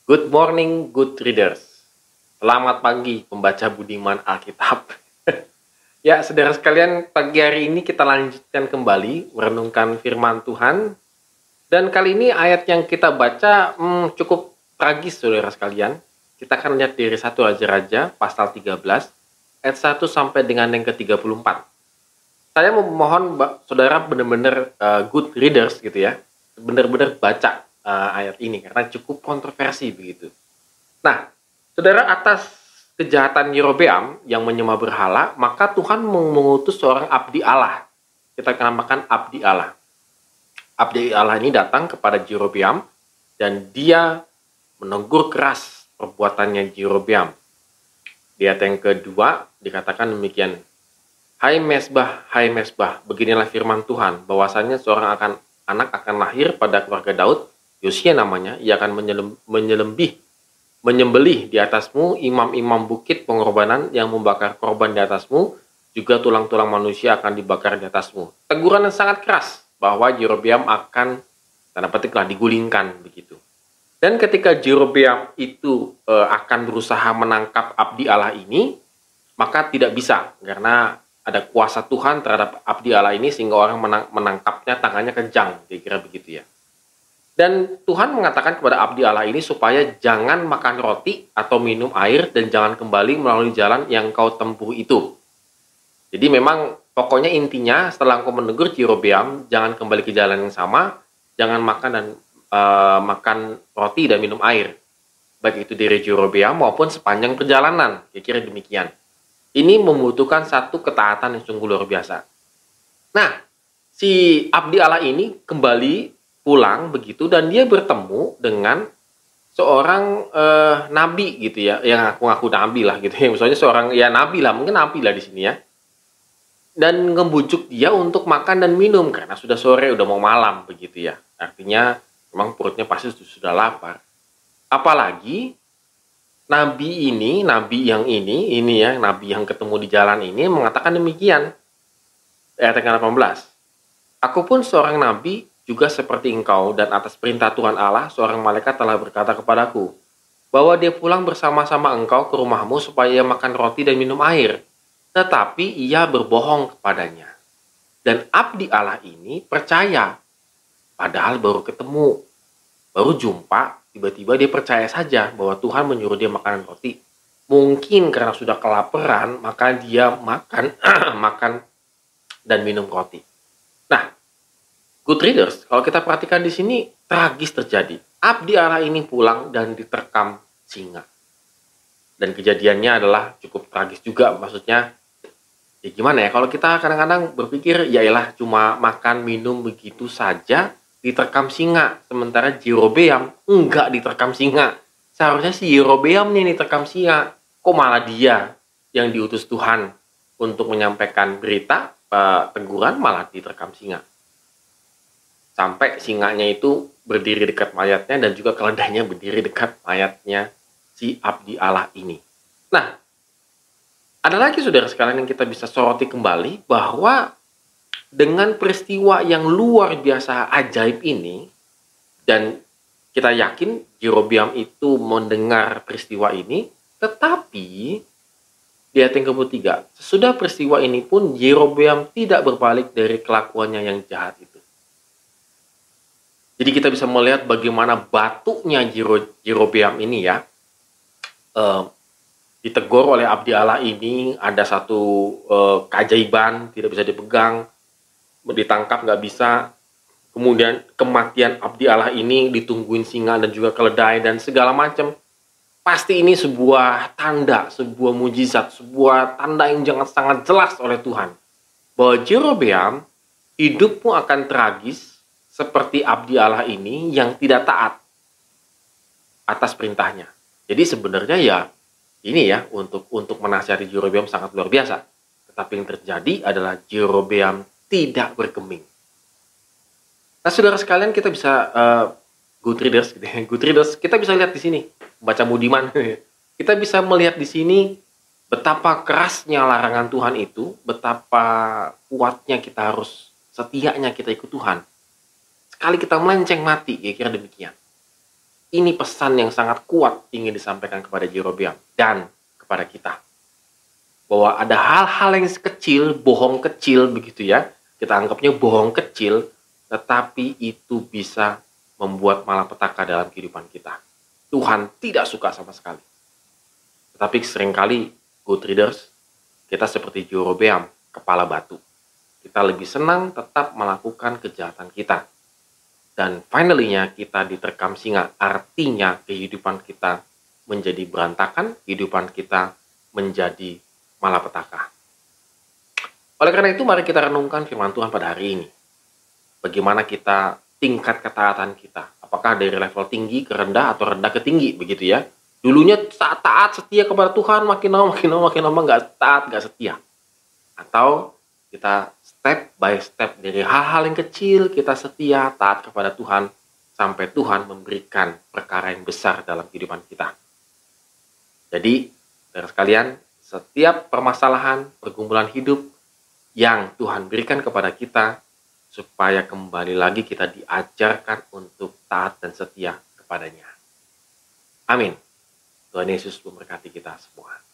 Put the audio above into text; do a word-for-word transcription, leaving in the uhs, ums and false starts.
Good morning, good readers. Selamat pagi, pembaca budiman Alkitab. Ya, saudara sekalian, pagi hari ini kita lanjutkan kembali merenungkan firman Tuhan. Dan kali ini ayat yang kita baca hmm, cukup tragis, saudara sekalian. Kita akan lihat dari satu Raja-Raja, pasal tiga belas, ayat satu sampai dengan yang ke tiga puluh empat. Saya memohon saudara benar-benar uh, good readers gitu ya. Benar-benar baca uh, ayat ini karena cukup kontroversi begitu. Nah, saudara, atas kejahatan Yerobeam yang menyembah berhala, maka Tuhan mengutus seorang abdi Allah. Kita namakan abdi Allah. Abdi Allah ini datang kepada Yerobeam dan dia menegur keras perbuatannya Yerobeam. Di ayat yang kedua dikatakan demikian. Hai Mesbah, hai Mesbah, beginilah firman Tuhan, bahwasanya seorang akan anak akan lahir pada keluarga Daud, Yosia namanya, ia akan menyelem, menyelembih, menyembelih di atasmu imam-imam bukit pengorbanan yang membakar korban di atasmu, juga tulang-tulang manusia akan dibakar di atasmu. Teguran yang sangat keras bahwa Yerobeam akan, tanda petiklah, digulingkan begitu. Dan ketika Yerobeam itu e, akan berusaha menangkap abdi Allah ini, maka tidak bisa karena ada kuasa Tuhan terhadap abdi Allah ini sehingga orang menang, menangkapnya tangannya kencang, kira-kira begitu ya. Dan Tuhan mengatakan kepada abdi Allah ini supaya jangan makan roti atau minum air dan jangan kembali melalui jalan yang kau tempuh itu. Jadi memang pokoknya intinya setelah engkau menegur Yerobeam, jangan kembali ke jalan yang sama, jangan makan dan uh, makan roti dan minum air. Baik itu dari Yerobeam maupun sepanjang perjalanan, kira-kira demikian. Ini membutuhkan satu ketaatan yang sungguh luar biasa. Nah, si abdi Allah ini kembali pulang begitu dan dia bertemu dengan seorang eh, nabi gitu ya, yang ngaku-ngaku nabi lah gitu ya. Misalnya seorang ya nabi lah, mungkin nabi lah di sini ya. Dan ngebujuk dia untuk makan dan minum karena sudah sore, udah mau malam begitu ya. Artinya memang perutnya pasti sudah lapar. Apalagi Nabi ini, nabi yang ini, ini ya, nabi yang ketemu di jalan ini mengatakan demikian. Ayat yang delapan belas. Aku pun seorang nabi juga seperti engkau dan atas perintah Tuhan Allah, seorang malaikat telah berkata kepadaku, bahwa dia pulang bersama-sama engkau ke rumahmu supaya ia makan roti dan minum air. Tetapi ia berbohong kepadanya. Dan abdi Allah ini percaya, padahal baru ketemu, baru jumpa, tiba-tiba dia percaya saja bahwa Tuhan menyuruh dia makan roti. Mungkin karena sudah kelaparan, maka dia makan makan dan minum roti. Nah, good readers, kalau kita perhatikan di sini, tragis terjadi. Abdi Allah ini pulang dan diterkam singa. Dan kejadiannya adalah cukup tragis juga, maksudnya, ya gimana ya, kalau kita kadang-kadang berpikir, yaelah cuma makan minum begitu saja, diterkam singa, sementara Yerobeam enggak diterkam singa. Seharusnya si Yerobeam nih diterkam singa, kok malah dia yang diutus Tuhan untuk menyampaikan berita uh, teguran malah diterkam singa. Sampai singanya itu berdiri dekat mayatnya dan juga keledainya berdiri dekat mayatnya si abdi Allah ini. Nah, ada lagi saudara sekalian yang kita bisa soroti kembali bahwa dengan peristiwa yang luar biasa ajaib ini, dan kita yakin Yerobeam itu mendengar peristiwa ini, tetapi di ayat yang ke puluh tiga, sesudah peristiwa ini pun Yerobeam tidak berbalik dari kelakuannya yang jahat itu. Jadi kita bisa melihat bagaimana batunya Yerobeam ini ya, eh, ditegur oleh abdi Allah ini, ada satu eh, keajaiban, tidak bisa dipegang, ditangkap nggak bisa, kemudian kematian abdi Allah ini ditungguin singa dan juga keledai dan segala macam. Pasti ini sebuah tanda, sebuah mujizat, sebuah tanda yang jangan sangat jelas oleh Tuhan bahwa Yerobeam hidupmu akan tragis seperti abdi Allah ini yang tidak taat atas perintahnya. Jadi sebenarnya ya ini ya untuk untuk menasihati Yerobeam sangat luar biasa. Tetapi yang terjadi adalah Yerobeam tidak bergeming. Nah, saudara sekalian, kita bisa uh, good readers, gitu ya. Good readers, kita bisa lihat di sini, baca budiman. Kita bisa melihat di sini betapa kerasnya larangan Tuhan itu, betapa kuatnya kita harus setianya kita ikut Tuhan. Sekali kita melenceng mati, kira-kira demikian. Ini pesan yang sangat kuat ingin disampaikan kepada Yerobeam dan kepada kita. Bahwa ada hal-hal yang kecil, bohong kecil begitu ya. Kita anggapnya bohong kecil, tetapi itu bisa membuat malapetaka dalam kehidupan kita. Tuhan tidak suka sama sekali. Tetapi seringkali, good readers, kita seperti Yerobeam, kepala batu. Kita lebih senang tetap melakukan kejahatan kita. Dan finally-nya kita diterkam singa, artinya kehidupan kita menjadi berantakan, kehidupan kita menjadi malapetaka. Oleh karena itu, mari kita renungkan firman Tuhan pada hari ini. Bagaimana kita tingkat ketaatan kita, apakah dari level tinggi ke rendah atau rendah ke tinggi, begitu ya. Dulunya saat taat setia kepada Tuhan, makin lama, makin lama, makin lama nggak taat, nggak setia. Atau kita step by step dari hal-hal yang kecil kita setia taat kepada Tuhan sampai Tuhan memberikan perkara yang besar dalam kehidupan kita. Jadi, saudara sekalian, setiap permasalahan, pergumulan hidup yang Tuhan berikan kepada kita supaya kembali lagi kita diajarkan untuk taat dan setia kepadanya. Amin. Tuhan Yesus memberkati kita semua.